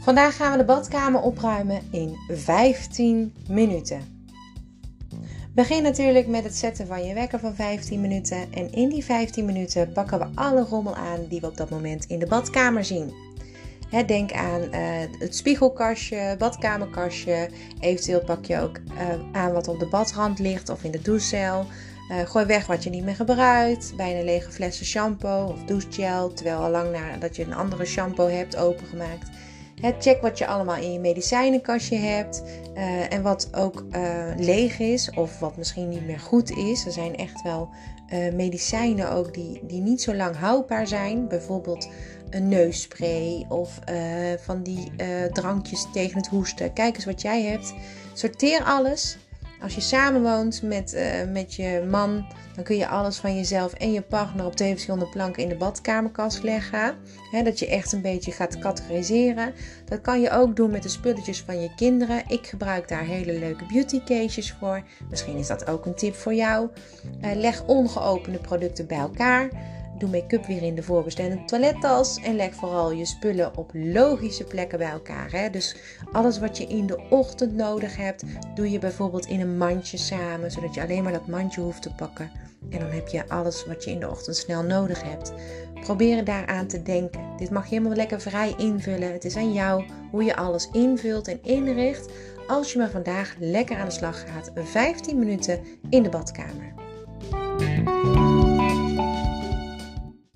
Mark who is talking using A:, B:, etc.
A: Vandaag gaan we de badkamer opruimen in 15 minuten. Begin natuurlijk met het zetten van je wekker van 15 minuten. En in die 15 minuten pakken we alle rommel aan die we op dat moment in de badkamer zien. Denk aan het spiegelkastje, badkamerkastje. Eventueel pak je ook aan wat op de badrand ligt of in de douchecel. Gooi weg wat je niet meer gebruikt. Bij een lege flessen shampoo of douchegel. Terwijl al lang nadat je een andere shampoo hebt opengemaakt. Check wat je allemaal in je medicijnenkastje hebt. En wat ook leeg is of wat misschien niet meer goed is. Er zijn echt wel medicijnen ook die niet zo lang houdbaar zijn. Bijvoorbeeld een neusspray of van die drankjes tegen het hoesten. Kijk eens wat jij hebt. Sorteer alles. Als je samenwoont met je man, dan kun je alles van jezelf en je partner op 2 verschillende planken in de badkamerkast leggen. Dat je echt een beetje gaat categoriseren. Dat kan je ook doen met de spulletjes van je kinderen. Ik gebruik daar hele leuke beauty cases voor. Misschien is dat ook een tip voor jou. Leg ongeopende producten bij elkaar. Doe make-up weer in de voorbestemde toilettas. En leg vooral je spullen op logische plekken bij elkaar. Dus alles wat je in de ochtend nodig hebt, doe je bijvoorbeeld in een mandje samen. Zodat je alleen maar dat mandje hoeft te pakken. En dan heb je alles wat je in de ochtend snel nodig hebt. Probeer daaraan te denken. Dit mag je helemaal lekker vrij invullen. Het is aan jou hoe je alles invult en inricht. Als je maar vandaag lekker aan de slag gaat. 15 minuten in de badkamer.